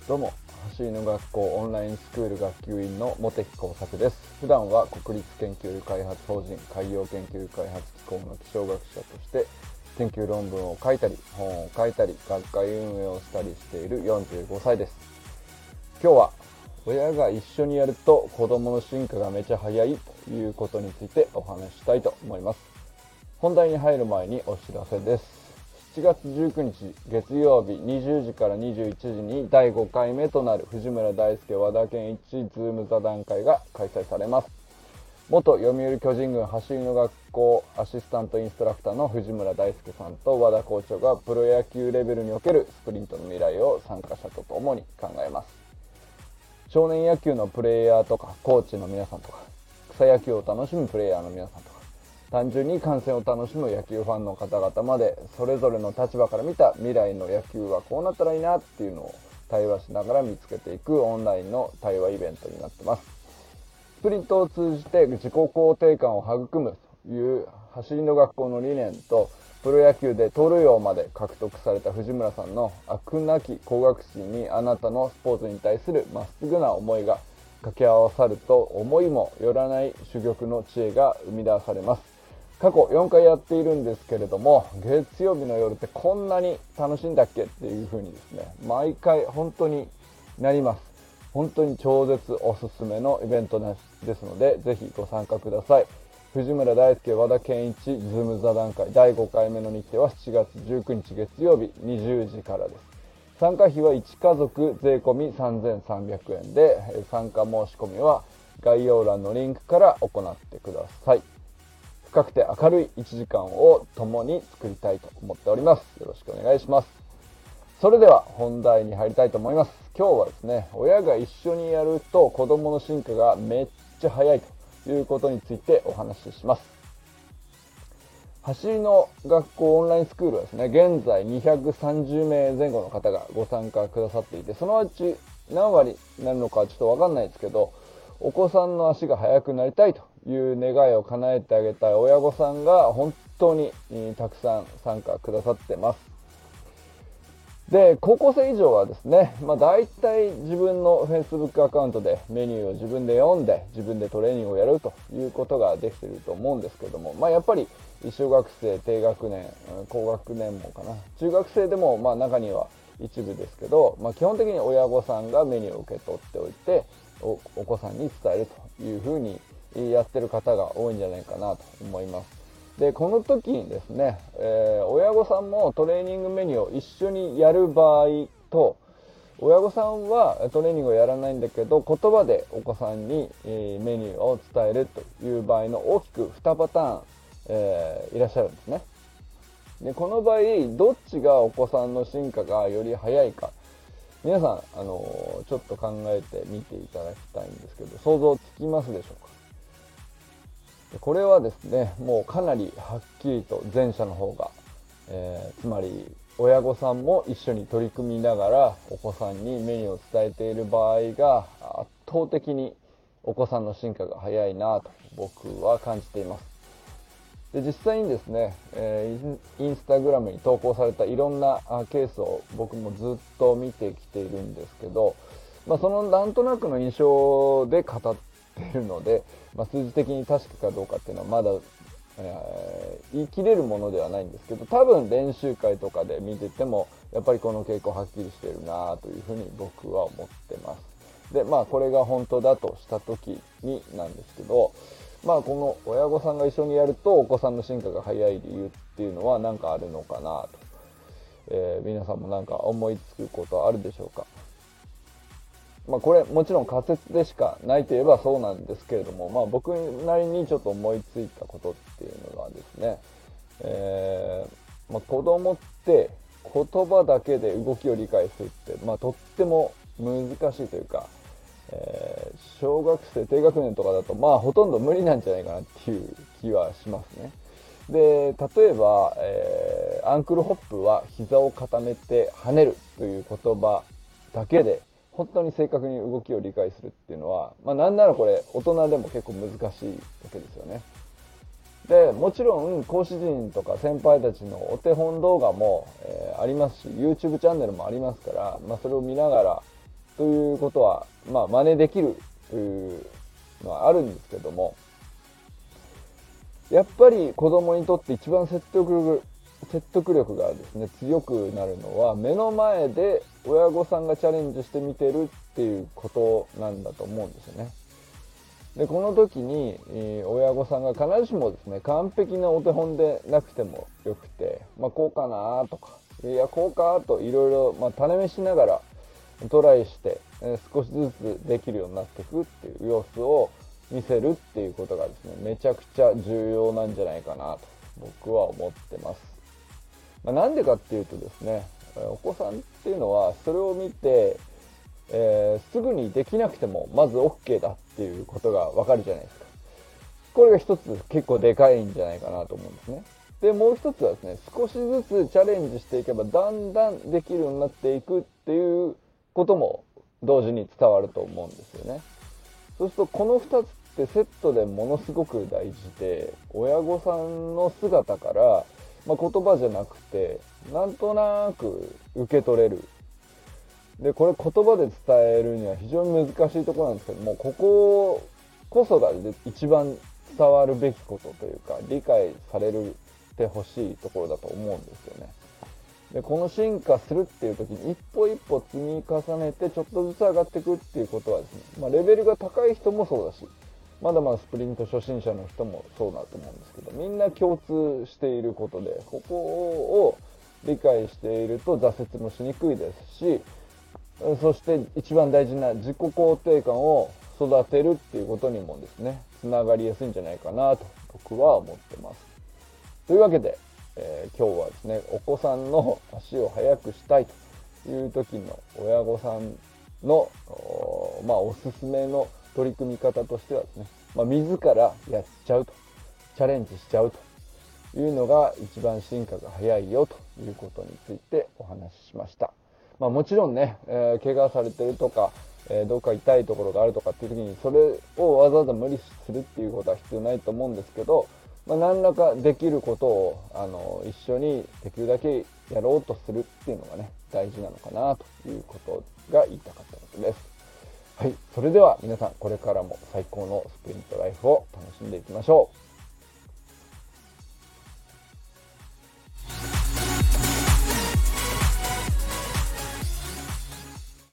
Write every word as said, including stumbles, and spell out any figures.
どうも、走りの学校オンラインスクール学級委員の茂木耕作です。普段は国立研究開発法人海洋研究開発機構の気象学者として研究論文を書いたり本を書いたり学会運営をしたりしているよんじゅうごさいです。今日は親が一緒にやると子どもの進化がめちゃ早いということについてお話ししたいと思います。本題に入る前にお知らせです。しちがつじゅうくにち月曜日にじゅうじからにじゅういちじにだいごかいめとなる藤村大輔和田健一ズーム座談会が開催されます。元読売巨人軍走りの学校アシスタントインストラクターの藤村大輔さんと和田校長がプロ野球レベルにおけるスプリントの未来を参加者と共に考えます。少年野球のプレイヤーとかコーチの皆さんとか草野球を楽しむプレイヤーの皆さんとか単純に観戦を楽しむ野球ファンの方々までそれぞれの立場から見た未来の野球はこうなったらいいなっていうのを対話しながら見つけていくオンラインの対話イベントになってます。スプリントを通じて自己肯定感を育むという走りの学校の理念とプロ野球で盗塁王まで獲得された藤村さんの飽くなき向学心にあなたのスポーツに対するまっすぐな思いが掛け合わさると思いもよらない珠玉の知恵が生み出されます。過去よんかいやっているんですけれども、月曜日の夜ってこんなに楽しいんだっけっていう風にですね、毎回本当になります。本当に超絶おすすめのイベントですので、ぜひご参加ください。藤村大輔和田健一ズーム座談会だいごかいめの日程はしちがつじゅうくにち月曜日にじゅうじからです。参加費はいちかぞく税込みさんぜんさんびゃくえんで、参加申し込みは概要欄のリンクから行ってください。深くて明るいいちじかんを共に作りたいと思っております。よろしくお願いします。それでは本題に入りたいと思います。今日はですね、親が一緒にやると子供の進化がめっちゃ早いということについてお話しします。走りの学校オンラインスクールはですね、現在にひゃくさんじゅうめいぜん後の方がご参加くださっていて、そのうち何割になるのかちょっとわかんないですけど、お子さんの足が速くなりたいという願いを叶えてあげたい親御さんが本当にたくさん参加くださってます。で、高校生以上はですね、まあ大体自分の Facebook アカウントでメニューを自分で読んで自分でトレーニングをやるということができていると思うんですけども、まあやっぱり小学生、低学年、高学年もかな、中学生でもまあ中には一部ですけど、まあ基本的に親御さんがメニューを受け取っておいてお, お子さんに伝えるというふうにやってる方が多いんじゃないかなと思います。で、この時にですね、えー、親御さんもトレーニングメニューを一緒にやる場合と、親御さんはトレーニングをやらないんだけど言葉でお子さんに、えー、メニューを伝えるという場合の大きくにパターン、えー、いらっしゃるんですね。で、この場合どっちがお子さんの進化がより早いか、皆さん、あのー、ちょっと考えてみていただきたいんですけど、想像つきますでしょうか。これはですね、もうかなりはっきりと前者の方が、えー、つまり親御さんも一緒に取り組みながらお子さんにメニューを伝えている場合が圧倒的にお子さんの進化が早いなと僕は感じています。で、実際にですね、えー、インスタグラムに投稿されたいろんなケースを僕もずっと見てきているんですけど、まあ、そのなんとなくの印象で語っているので、まあ、数字的に確かかどうかっていうのはまだ、えー、言い切れるものではないんですけど、多分練習会とかで見ててもやっぱりこの傾向はっきりしているなというふうに僕は思ってます。で、まあこれが本当だとした時になんですけど、まあこの親御さんが一緒にやるとお子さんの進化が早い理由っていうのは何かあるのかなと、えー、皆さんも何か思いつくことあるでしょうか。まあこれもちろん仮説でしかないといえばそうなんですけれども、まあ僕なりにちょっと思いついたことっていうのがですね、えーまあ、子供って言葉だけで動きを理解するって、まあ、とっても難しいというか、えー、小学生低学年とかだとまあほとんど無理なんじゃないかなっていう気はしますね。で、例えば、えー、アンクルホップは膝を固めて跳ねるという言葉だけで本当に正確に動きを理解するっていうのは、まあなんならこれ大人でも結構難しいわけですよね。で、もちろん講師陣とか先輩たちのお手本動画も、えー、ありますし、 YouTube チャンネルもありますから、まあ、それを見ながらということは、まあ、真似できるというのはあるんですけども、やっぱり子供にとって一番説得力、説得力がですね、強くなるのは、目の前で親御さんがチャレンジしてみてるっていうことなんだと思うんですよね。で、この時に、えー、親御さんが必ずしもですね、完璧なお手本でなくてもよくて、まあ、こうかなとか、いや、こうかといろいろ、まあ、種しながらトライして、えー、少しずつできるようになっていくっていう様子を見せるっていうことがですね、めちゃくちゃ重要なんじゃないかなと僕は思ってます。まあ、なんでかっていうとですね、お子さんっていうのはそれを見て、えー、すぐにできなくてもまず OK だっていうことがわかるじゃないですか。これが一つ結構でかいんじゃないかなと思うんですね。で、もう一つはですね、少しずつチャレンジしていけばだんだんできるようになっていくっていうことも同時に伝わると思うんですよね。そうするとこのふたつってセットでものすごく大事で、親御さんの姿から、まあ、言葉じゃなくてなんとなく受け取れる。で、これ言葉で伝えるには非常に難しいところなんですけども、こここそが一番伝わるべきことというか、理解されてほしいところだと思うんですよね。で、この進化するっていう時に一歩一歩積み重ねてちょっとずつ上がっていくっていうことはですね、まあ、レベルが高い人もそうだし、まだまだスプリント初心者の人もそうだと思うんですけど、みんな共通していることで、ここを理解していると挫折もしにくいですし、そして一番大事な自己肯定感を育てるっていうことにもですね、つながりやすいんじゃないかなと僕は思ってます。というわけで、えー、今日はですね、お子さんの足を速くしたいという時の親御さんのまあおすすめの取り組み方としてはですね、まあ、自らやっちゃうと、チャレンジしちゃうというのが一番進化が早いよということについてお話ししました。まあ、もちろんね、えー、怪我されてるとか、えー、どっか痛いところがあるとかっていう時にそれをわざわざ無理するっていうことは必要ないと思うんですけど、まあ、何らかできることをあの一緒にできるだけやろうとするっていうのがね、大事なのかなということが言いたかったことです。はい、それでは皆さんこれからも最高のスプリントライフを楽しんでいきましょう。